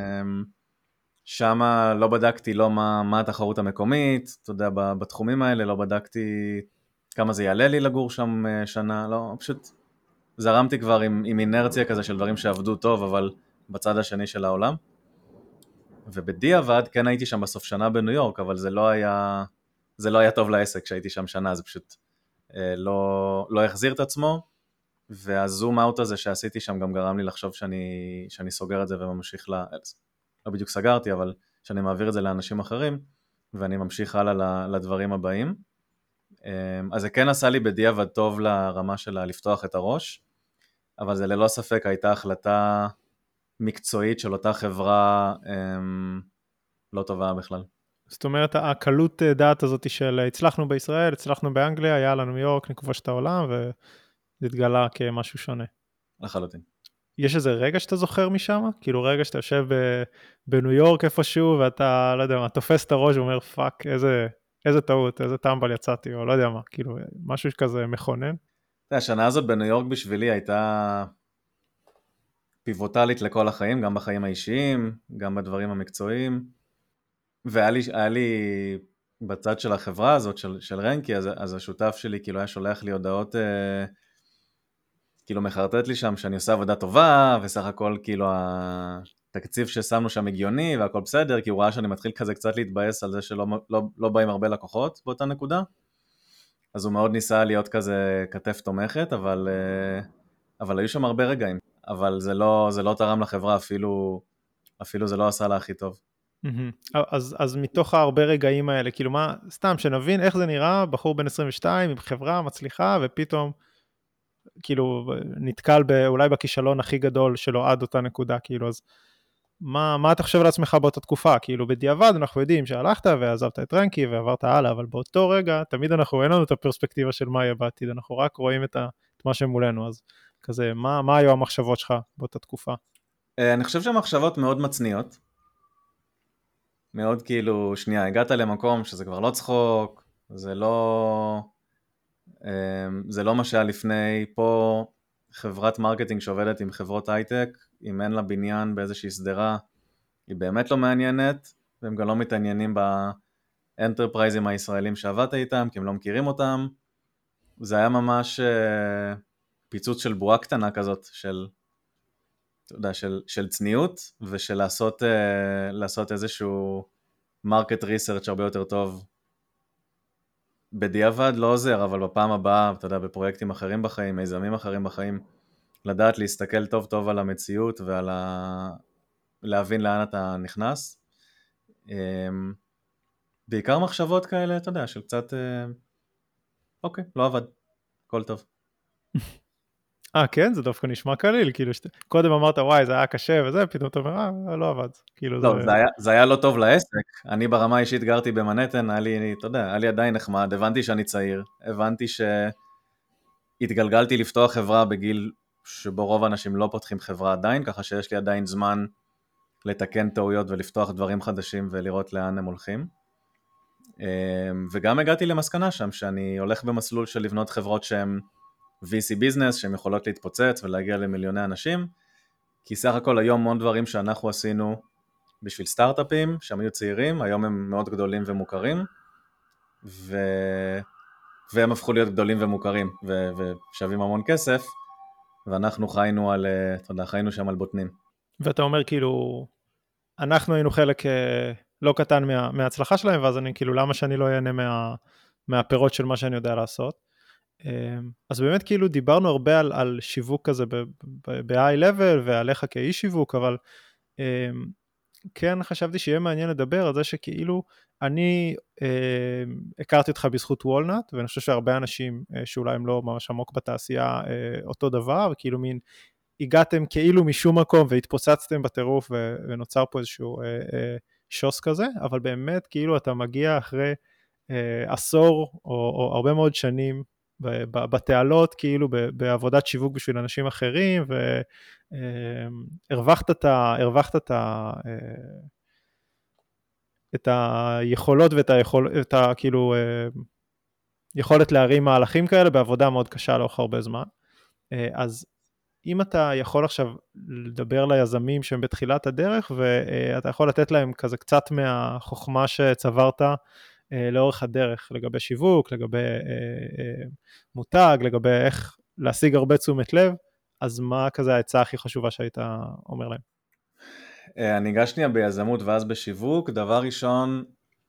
שם לא בדקתי לא מה, מה התחרות המקומית, אתה יודע, בתחומים האלה לא בדקתי כמה זה יעלה לי לגור שם שנה, לא, פשוט זרמתי כבר עם, עם אינרציה כזה של דברים שעבדו טוב, אבל בצד השני של העולם, ובדיעבד כן הייתי שם בסוף שנה בניו יורק, אבל זה לא היה, זה לא היה טוב לעסק שהייתי שם שנה, זה פשוט לא, לא החזיר את עצמו, והזום אאוט הזה שעשיתי שם גם גרם לי לחשוב שאני, שאני סוגר את זה וממשיך ל... לא בדיוק סגרתי, אבל שאני מעביר את זה לאנשים אחרים, ואני ממשיך הלאה לדברים הבאים. אז זה כן עשה לי בדיעבד טוב לרמה שלה לפתוח את הראש, אבל זה ללא ספק הייתה החלטה מקצועית של אותה חברה לא טובה בכלל. זאת אומרת, הקלות דעת הזאת של הצלחנו בישראל, הצלחנו באנגליה, היה לנו ניו יורק, נכבוש את העולם, ו... זה התגלה כמשהו שונה. לחלוטין. יש איזה רגע שאתה זוכר משם? כאילו רגע שאתה יושב בניו יורק איפשהו, ואתה, לא יודע מה, תופס את הראש ואומר, פאק, איזה, איזה טעות, איזה טמבל יצאתי, או לא יודע מה, כאילו, משהו כזה מכונן. השנה הזאת בניו יורק בשבילי הייתה פיבוטלית לכל החיים, גם בחיים האישיים, גם בדברים המקצועיים, והיה לי, היה לי בצד של החברה הזאת, של, של רנקי, אז, אז השותף שלי כאילו היה שולח לי הודעות, אה, כאילו מחרטט לי שם שאני עושה עבודה טובה, וסך הכל כאילו התקציב ששמנו שם הגיוני, והכל בסדר, כי הוא ראה שאני מתחיל כזה קצת להתבאס על זה שלא לא, לא באים הרבה לקוחות באותה נקודה, אז הוא מאוד ניסה להיות כזה כתף תומכת, אבל, אה, אבל היו שם הרבה רגעים, אבל זה לא, זה לא תרם לחברה, אפילו, אפילו זה לא עשה לה הכי טוב. אז, אז מתוך הרבה רגעים האלה, כאילו מה, סתם שנבין איך זה נראה, בחור בן עשרים ושתיים עם חברה מצליחה, ופתאום כאילו נתקל אולי בכישלון הכי גדול שלו עד אותה נקודה, כאילו אז מה, מה אתה חושב על עצמך באותה תקופה? כאילו בדיעבד אנחנו יודעים שהלכת ועזבת את רנקי ועברת הלאה, אבל באותו רגע תמיד אנחנו אין לנו את הפרספקטיבה של מה יהיה בעתיד, אנחנו רק רואים את, ה, את מה שמולנו, אז כזה, מה, מה היו המחשבות שלך באותה תקופה? אני חושב שהמחשבות מאוד מצניות, מאוד כאילו, שנייה, הגעת למקום שזה כבר לא צחוק, זה לא, זה לא מה שהיה לפני, פה חברת מרקטינג שעובדת עם חברות הייטק, אם אין לה בניין באיזושהי סדרה, היא באמת לא מעניינת, והם גם לא מתעניינים באנטרפרייזים הישראלים שעבדת איתם, כי הם לא מכירים אותם, זה היה ממש פיצוץ של בועה קטנה כזאת, של, אתה יודע, של, של צניעות, ושל לעשות, לעשות איזשהו מרקט ריסרצ' הרבה יותר טוב, בדיעבד לא עוזר, אבל בפעם הבאה, אתה יודע, בפרויקטים אחרים בחיים, מיזמים אחרים בחיים, לדעת להסתכל טוב טוב על המציאות ועל ה... להבין לאן אתה נכנס. בעיקר מחשבות כאלה, אתה יודע, של קצת, אוקיי, לא עבד, הכל טוב. אה, כן? זה דווקא נשמע קליל, כאילו, שת... קודם אמרת, וואי, זה היה קשה וזה, פתאום אתה אומר, אה, לא עבד. כאילו לא, זה... זה היה, זה היה לא טוב לעסק, אני ברמה האישית גרתי במנהטן, היה לי, אתה יודע, היה לי עדיין נחמד, הבנתי שאני צעיר, הבנתי שהתגלגלתי לפתוח חברה בגיל שבו רוב האנשים לא פותחים חברה עדיין, ככה שיש לי עדיין זמן לתקן טעויות ולפתוח דברים חדשים ולראות לאן הם הולכים. וגם הגעתי למסקנה שם שאני הולך במסלול של לבנות חברות שהן וי סי ביזנס, שהן יכולות להתפוצץ ולהגיע למיליוני אנשים, כי סך הכל היום המון דברים שאנחנו עשינו בשביל סטארט-אפים, שהם היו צעירים, היום הם מאוד גדולים ומוכרים, ו... והם הפכו להיות גדולים ומוכרים, ו... ושווים המון כסף, ואנחנו חיינו על, אתה יודע, חיינו שם על בוטנים. ואתה אומר כאילו, אנחנו היינו חלק לא קטן מה, מההצלחה שלהם, ואז אני כאילו, למה שאני לא אהנה מה, מהפירות של מה שאני יודע לעשות? אז באמת כאילו דיברנו הרבה על, על שיווק כזה ב-high level, ועליך כאיש שיווק, אבל כן חשבתי שיהיה מעניין לדבר על זה שכאילו, אני אה, הכרתי אותך בזכות וולנט, ואני חושב שהרבה אנשים אה, שאולי הם לא ממש עמוק בתעשייה אה, אותו דבר, וכאילו מין הגעתם כאילו משום מקום והתפוצצתם בטירוף ונוצר פה איזשהו אה, אה, שוס כזה, אבל באמת כאילו אתה מגיע אחרי אה, עשור או, או הרבה מאוד שנים בתעלות, כאילו בעבודת שיווק בשביל אנשים אחרים, והרווחת את ה... הרווחת את ה... את היכולות ואת היכול... את ה... כאילו... יכולת להרים מהלכים כאלה בעבודה מאוד קשה לאורך הרבה זמן. אז אם אתה יכול עכשיו לדבר ליזמים שהם בתחילת הדרך, ואתה יכול לתת להם כזה קצת מהחוכמה שצברת לאורך הדרך, לגבי שיווק, לגבי מותג, לגבי איך להשיג הרבה תשומת לב, אז מה כזה העצה הכי חשובה שהיית אומר להם? אני אגש שנייה ביזמות ואז בשיווק. דבר ראשון,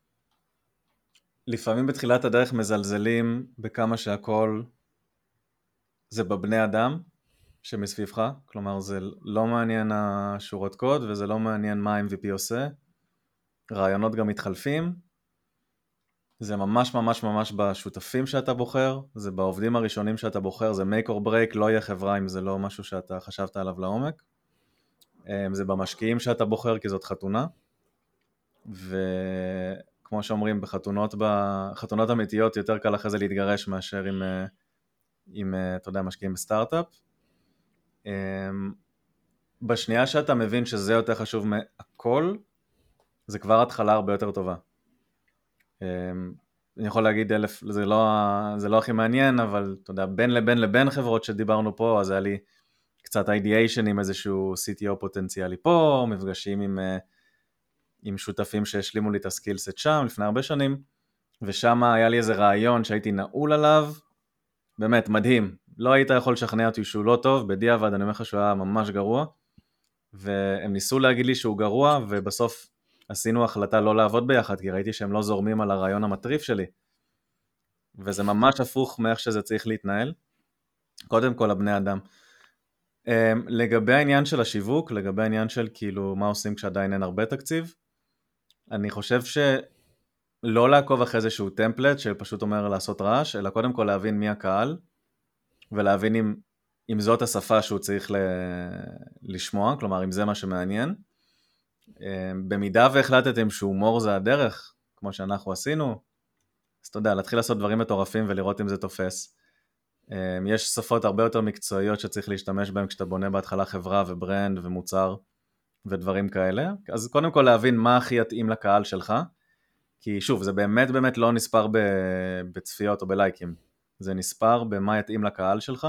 לפעמים בתחילת הדרך מזלזלים בכמה שהכל זה בבני אדם שמסביבך, כלומר זה לא מעניין השורות קוד וזה לא מעניין מה ה-אם וי פי עושה, רעיונות גם מתחלפים, זה ממש ממש ממש בשותפים שאתה בוחר, זה בעובדים הראשונים שאתה בוחר, זה make or break, לא יהיה חברה אם זה לא משהו שאתה חשבת עליו לעומק, זה במשקיעים שאתה בוחר כי זאת חתונה, וכמו שאומרים בחתונות, בחתונות אמיתיות יותר קל אחרי זה להתגרש מאשר עם, עם אתה יודע, משקיעים בסטארט-אפ. בשנייה שאתה מבין שזה יותר חשוב מהכל, זה כבר התחלה הרבה יותר טובה. אני יכול להגיד אלף, זה לא, זה לא הכי מעניין, אבל אתה יודע, בין לבין לבין חברות שדיברנו פה, אז היה לי קצת אידיאשן עם איזשהו סי טי או פוטנציאלי פה, מפגשים עם, עם שותפים שהשלימו לי את הסקילסט שם לפני הרבה שנים, ושם היה לי איזה רעיון שהייתי נעול עליו, באמת מדהים, לא היית יכול לשכנע אותי שהוא לא טוב, בדיעבד אני אומר לך שהוא היה ממש גרוע, והם ניסו להגיד לי שהוא גרוע, ובסוף עשינו החלטה לא לעבוד ביחד, כי ראיתי שהם לא זורמים על הרעיון המטריף שלי, וזה ממש הפוך מאיך שזה צריך להתנהל, קודם כל הבני אדם. לגבי העניין של השיווק, לגבי העניין של כאילו מה עושים כשעדיין אין הרבה תקציב, אני חושב שלא לעקוב אחרי איזשהו טמפלט שפשוט אומר לעשות רעש, אלא קודם כל להבין מי הקהל, ולהבין אם, אם זאת השפה שהוא צריך ל... לשמוע, כלומר אם זה מה שמעניין. במידה והחלטתם שהומור זה הדרך, כמו שאנחנו עשינו, אז אתה יודע, להתחיל לעשות דברים מטורפים ולראות אם זה תופס. יש שפות הרבה יותר מקצועיות שצריך להשתמש בהן כשאתה בונה בהתחלה חברה וברנד ומוצר ודברים כאלה. אז קודם כל להבין מה הכי יתאים לקהל שלך, כי שוב, זה באמת באמת לא נספר בצפיות או בלייקים, זה נספר במה יתאים לקהל שלך,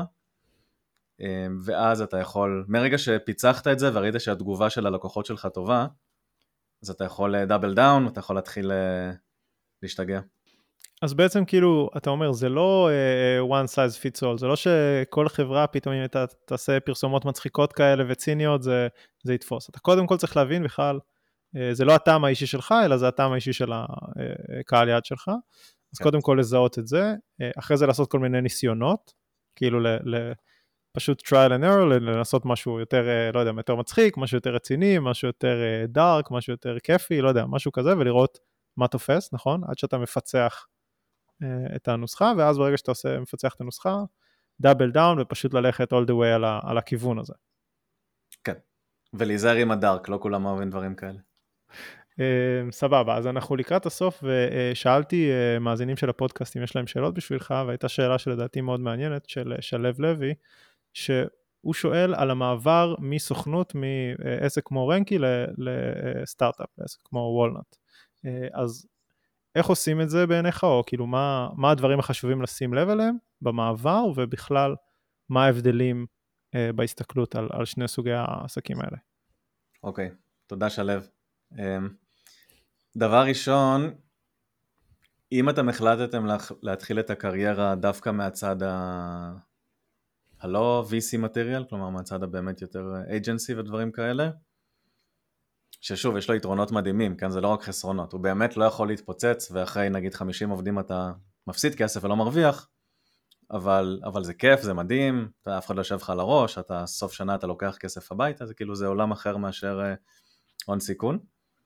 ואז אתה יכול, מרגע שפיצחת את זה וראית שהתגובה של הלקוחות שלך טובה, אז אתה יכול דאבל דאון, אתה יכול להתחיל להשתגע. אז בעצם כאילו, אתה אומר, זה לא uh, one size fits all, זה לא שכל חברה פתאום אם אתה תעשה פרסומות מצחיקות כאלה וציניות, זה, זה יתפוס. אתה קודם כל צריך להבין בכלל, uh, זה לא הטעם האישי שלך, אלא זה הטעם האישי של הקהל יד שלך. אז קודם כל לזהות את זה, אחרי זה לעשות כל מיני ניסיונות, כאילו ל, ל, פשוט trial and error, לנסות משהו יותר, לא יודע, יותר מצחיק, משהו יותר רציני, משהו יותר דארק, משהו יותר כיפי, לא יודע, משהו כזה, ולראות מה תופס, נכון? עד שאתה מפצח את הנוסחה, ואז ברגע שאתה עושה, מפצח את הנוסחה, דאבל דאון, ופשוט ללכת all the way על, ה, על הכיוון הזה. כן, ולהיזהר עם הדארק, לא כולם אוהבים דברים כאלה. Uh, סבבה, אז אנחנו לקראת הסוף, ושאלתי uh, מאזינים של הפודקאסט אם יש להם שאלות בשבילך, והייתה שאלה שלדעתי מאוד מעניינת, של שלב לוי, שהוא שואל על המעבר מסוכנות, מעסק כמו רנקי לסטארט-אפ, לעסק כמו וולנט. Uh, אז איך עושים את זה בעיניך, או כאילו מה, מה הדברים החשובים לשים לב אליהם במעבר, ובכלל מה ההבדלים uh, בהסתכלות על, על שני סוגי העסקים האלה? אוקיי, okay, תודה שלב. Um... דבר ראשון, אם אתם החלטתם להתחיל את הקריירה דווקא מהצד ה... הלא וי סי מטריאל, כלומר מהצד הבאמת יותר אייג'נסי ודברים כאלה, ששוב, יש לו יתרונות מדהימים, כאן זה לא רק חסרונות, הוא באמת לא יכול להתפוצץ, ואחרי נגיד חמישים עובדים אתה מפסיד כסף ולא מרוויח, אבל, אבל זה כיף, זה מדהים, אתה אף אחד לא יושב לך על הראש, אתה סוף שנה אתה לוקח כסף הביתה, זה כאילו זה עולם אחר מאשר הון סיכון.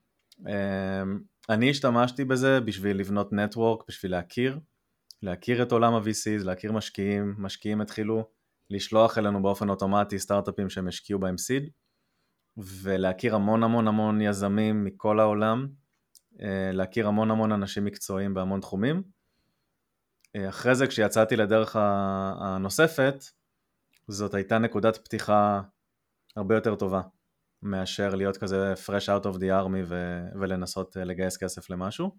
אני השתמשתי בזה בשביל לבנות נטוורק, בשביל להכיר, להכיר את עולם ה-וי סי, להכיר משקיעים, משקיעים התחילו לשלוח אלינו באופן אוטומטי סטארט-אפים שהם השקיעו בהם סיד, ולהכיר המון המון המון יזמים מכל העולם, להכיר המון המון אנשים מקצועיים בהמון תחומים. אחרי זה כשיצאתי לדרך הנוספת, זאת הייתה נקודת פתיחה הרבה יותר טובה, מאשר להיות כזה fresh out of the army ו- ולנסות לגייס כסף למשהו.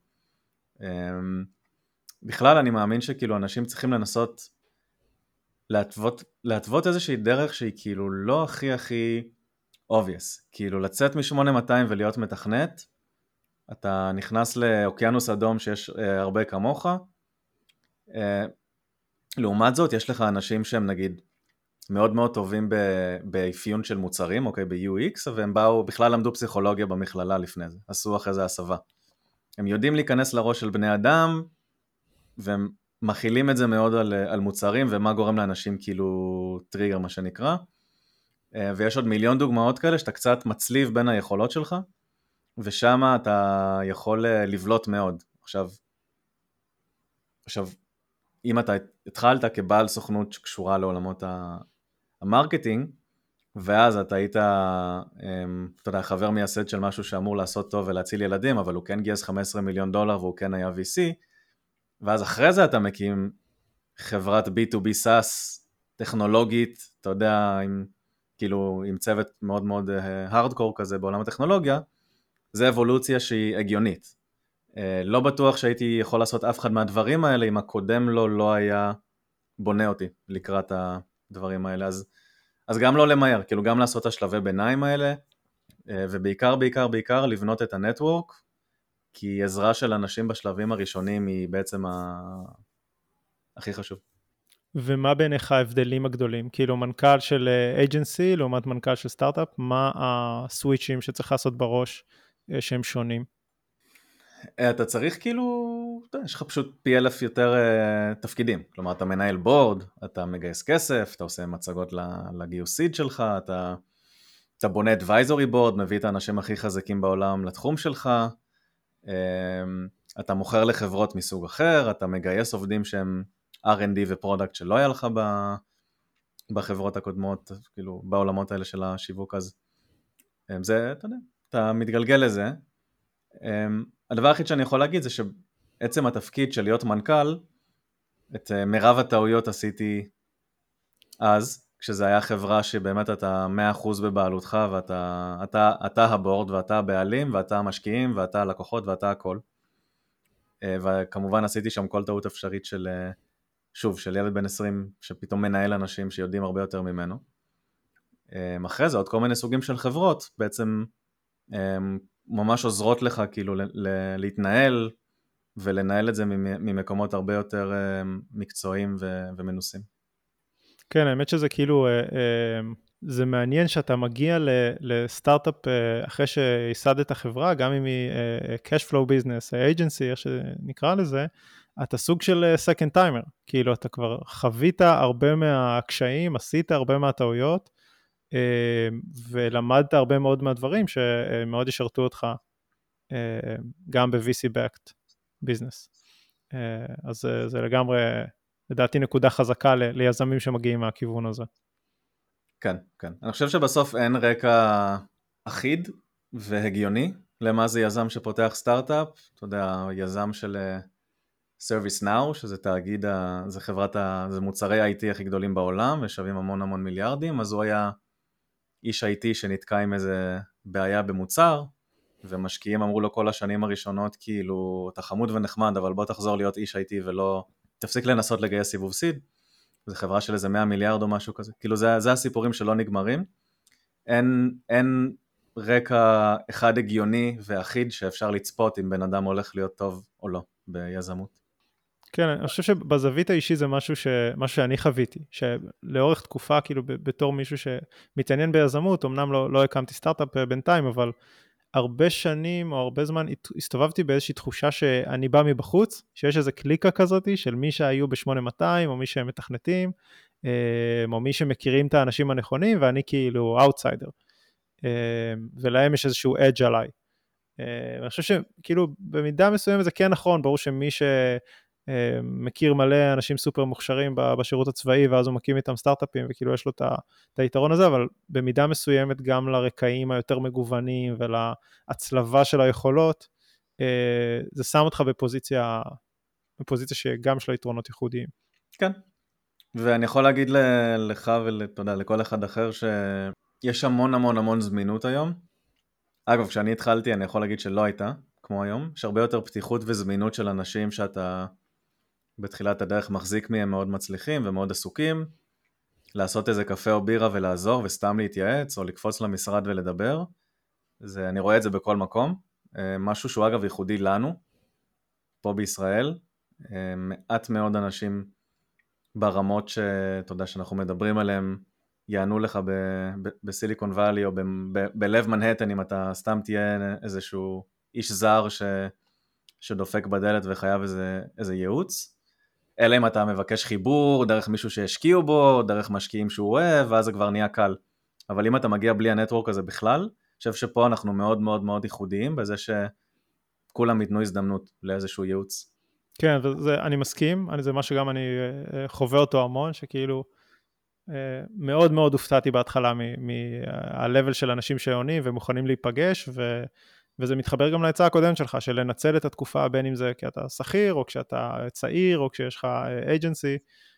בכלל אני מאמין שכאילו אנשים צריכים לנסות להתוות, להתוות איזושהי דרך שהיא כאילו לא הכי הכי obvious, כאילו לצאת מ-שמונה מאתיים ולהיות מתכנת, אתה נכנס לאוקיינוס אדום שיש הרבה כמוך, לעומת זאת יש לך אנשים שהם נגיד מאוד מאוד טובים באפיון של מוצרים, אוקיי, ב-יו אקס, והם באו, בכלל למדו פסיכולוגיה במכללה לפני זה, עשו אחרי זה הסבה. הם יודעים להיכנס לראש של בני אדם, והם מכילים את זה מאוד על, על מוצרים, ומה גורם לאנשים כאילו טריגר, מה שנקרא. ויש עוד מיליון דוגמאות כאלה, שאתה קצת מצליב בין היכולות שלך, ושם אתה יכול לבלוט מאוד. עכשיו, עכשיו, אם אתה התחלת כבעל סוכנות שקשורה לעולמות המרקטינג, ואז אתה היית, אתה יודע, חבר מייסד של משהו שאמור לעשות טוב ולהציל ילדים, אבל הוא כן גייס חמישה עשר מיליון דולר והוא כן היה וי סי, ואז אחרי זה אתה מקים חברת בי טו בי סאס טכנולוגית, אתה יודע, עם, כאילו, עם צוות מאוד מאוד הארדקור כזה בעולם הטכנולוגיה, זה אבולוציה שהיא הגיונית. לא בטוח שהייתי יכול לעשות אף אחד מהדברים האלה, אם הקודם לו לא היה בונה אותי לקראת הדברים האלה, אז, אז גם לא למהר, כאילו גם לעשות את השלבי ביניים האלה, ובעיקר, בעיקר, בעיקר לבנות את הנטוורק, כי עזרה של אנשים בשלבים הראשונים היא בעצם ה... הכי חשוב. ומה בעיניך ההבדלים הגדולים? כאילו מנכ"ל של אייג'נסי לעומת מנכ"ל של סטארט-אפ, מה הסוויצ'ים שצריך לעשות בראש שהם שונים? אתה צריך כאילו, יש לך פשוט פי אלף יותר uh, תפקידים, כלומר אתה מנהל בורד, אתה מגייס כסף, אתה עושה מצגות לגיוס סיד שלך, אתה, אתה בונה advisory board, מביא את האנשים הכי חזקים בעולם לתחום שלך, um, אתה מוכר לחברות מסוג אחר, אתה מגייס עובדים שהם אר אנד די ופרודקט שלא היה לך ב, בחברות הקודמות, כאילו בעולמות האלה של השיווק, אז um, זה, אתה יודע, אתה מתגלגל לזה, um, הדבר הכי שאני יכול להגיד זה שעצם התפקיד של להיות מנכ"ל, את מרב הטעויות עשיתי אז, כשזה היה חברה שבאמת אתה מאה אחוז בבעלותך, ואתה אתה, אתה הבורד, ואתה הבעלים, ואתה המשקיעים, ואתה הלקוחות, ואתה הכל. וכמובן עשיתי שם כל טעות אפשרית של, שוב, של ילד בן עשרים, שפתאום מנהל אנשים שיודעים הרבה יותר ממנו. אחרי זה עוד כל מיני סוגים של חברות, בעצם ממש עוזרות לך כאילו להתנהל, ולנהל את זה ממקומות הרבה יותר מקצועיים ומנוסים. כן, האמת שזה כאילו, זה מעניין שאתה מגיע לסטארט-אפ אחרי שיסדת החברה, גם אם היא cash flow business, agency, איך שנקרא לזה, אתה סוג של second timer, כאילו אתה כבר חווית הרבה מהקשיים, עשית הרבה מהטעויות, ולמדת הרבה מאוד מהדברים שמאוד ישרתו אותך, גם ב-וי סי backed business. אז זה לגמרי, לדעתי נקודה חזקה ליזמים שמגיעים מהכיוון הזה. כן, כן. אני חושב שבסוף אין רקע אחיד והגיוני למה זה יזם שפותח סטארט-אפ. אתה יודע, יזם של ServiceNow, שזה תאגיד, זה חברת, זה מוצרי איי טי הכי גדולים בעולם, ושווים המון המון מיליארדים, אז הוא היה איש איי טי שנתקע עם איזה בעיה במוצר, ומשקיעים אמרו לו כל השנים הראשונות, כאילו, אתה חמוד ונחמד, אבל בוא תחזור להיות איש איי טי ולא, תפסיק לנסות לגייס סיבוב סיד, זו חברה של איזה מאה מיליארד או משהו כזה, כאילו זה, זה הסיפורים שלא נגמרים, אין, אין רקע אחד הגיוני ואחיד שאפשר לצפות אם בן אדם הולך להיות טוב או לא ביזמות. כן, אני חושב שבזווית האישי זה משהו, ש... משהו שאני חוויתי, שלאורך תקופה, כאילו בתור מישהו שמתעניין ביזמות, אמנם לא, לא הקמתי סטארט-אפ בינתיים, אבל הרבה שנים או הרבה זמן הסתובבתי באיזושהי תחושה שאני בא מבחוץ, שיש איזו קליקה כזאת של מי שהיו ב-שמונה מאתיים, או מי שהם מתכנתים, או מי שמכירים את האנשים הנכונים, ואני כאילו אאוטסיידר. ולהם יש איזשהו אדג' עליי. אני חושב שכאילו במידה מסוימת זה כן נכון, ברור שמי שמכיר מלא אנשים סופר מוכשרים בשירות הצבאי, ואז הוא מקים איתם סטארט-אפים, וכאילו יש לו את היתרון הזה, אבל במידה מסוימת גם לרקעים היותר מגוונים, ולהצלבה של היכולות, זה שם אותך בפוזיציה, בפוזיציה שגם יש לה יתרונות ייחודיים. כן, ואני יכול להגיד לך ותודה לכל אחד אחר, שיש המון המון המון זמינות היום. אגב, כשאני התחלתי, אני יכול להגיד שלא הייתה, כמו היום. יש הרבה יותר פתיחות וזמינות של אנשים שאתה בתחילת הדרך מחזיק מהם מאוד מצליחים ומאוד עסוקים, לעשות איזה קפה או בירה ולעזור וסתם להתייעץ, או לקפוץ למשרד ולדבר. זה, אני רואה את זה בכל מקום. משהו שהוא אגב ייחודי לנו, פה בישראל. מעט מאוד אנשים ברמות שאתה יודע שאנחנו מדברים עליהם, יענו לך ב- ב- בסיליקון ואלי או ב- ב- בלב מנהטן, אם אתה סתם תהיה איזשהו איש זר ש- שדופק בדלת וחייב איזה, איזה ייעוץ, אלא אם אתה מבקש חיבור דרך מישהו שהשקיעו בו, דרך משקיעים שהוא אוהב, ואז זה כבר נהיה קל. אבל אם אתה מגיע בלי הנטוורק הזה בכלל, אני חושב שפה אנחנו מאוד מאוד מאוד ייחודיים, בזה שכולם ייתנו הזדמנות לאיזשהו ייעוץ. כן, וזה, אני מסכים, אני, זה מה שגם אני חווה אותו המון, שכאילו, מאוד מאוד הופתעתי בהתחלה מהלבל של אנשים שעונים ומוכנים להיפגש, ו, וזה מתחבר גם להצעה הקודמת שלך, של לנצל את התקופה, בין אם זה כי אתה שכיר, או כשאתה צעיר, או כשיש לך אייג'נסי,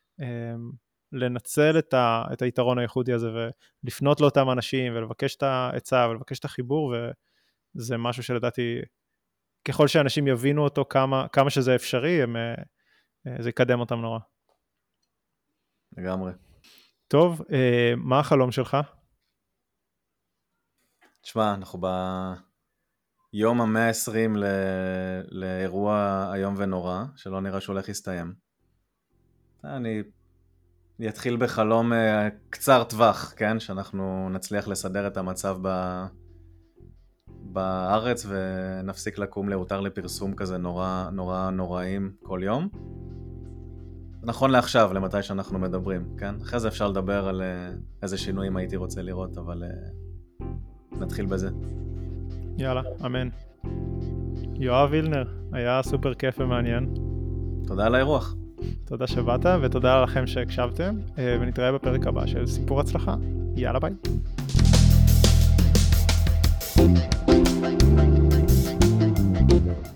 לנצל את, ה, את היתרון הייחודי הזה, ולפנות לאותם אנשים, ולבקש את ההצעה, ולבקש את החיבור, וזה משהו שלדעתי ככל שאנשים יבינו אותו כמה, כמה שזה אפשרי, הם, זה יקדם אותם נורא. לגמרי. טוב, מה החלום שלך? תשמע, אנחנו ביום המאה העשרים ל... לאירוע היום ונורא, שלא נראה שהוא הולך להסתיים. אני אתחיל בחלום קצר טווח, כן? שאנחנו נצליח לסדר את המצב ב... בארץ ונפסיק לקום להותר לפרסום כזה נורא נורא נוראים כל יום. נכון לעכשיו, למתי שאנחנו מדברים, כן? אחרי זה אפשר לדבר על איזה שינויים הייתי רוצה לראות, אבל נתחיל בזה. יאללה, אמן. יואב וילנר, היה סופר כיף ומעניין. תודה על האירוח. תודה שבאת, ותודה לכם שהקשבתם, ונתראה בפרק הבא של סיפור הצלחה. יאללה ביי. Thank you.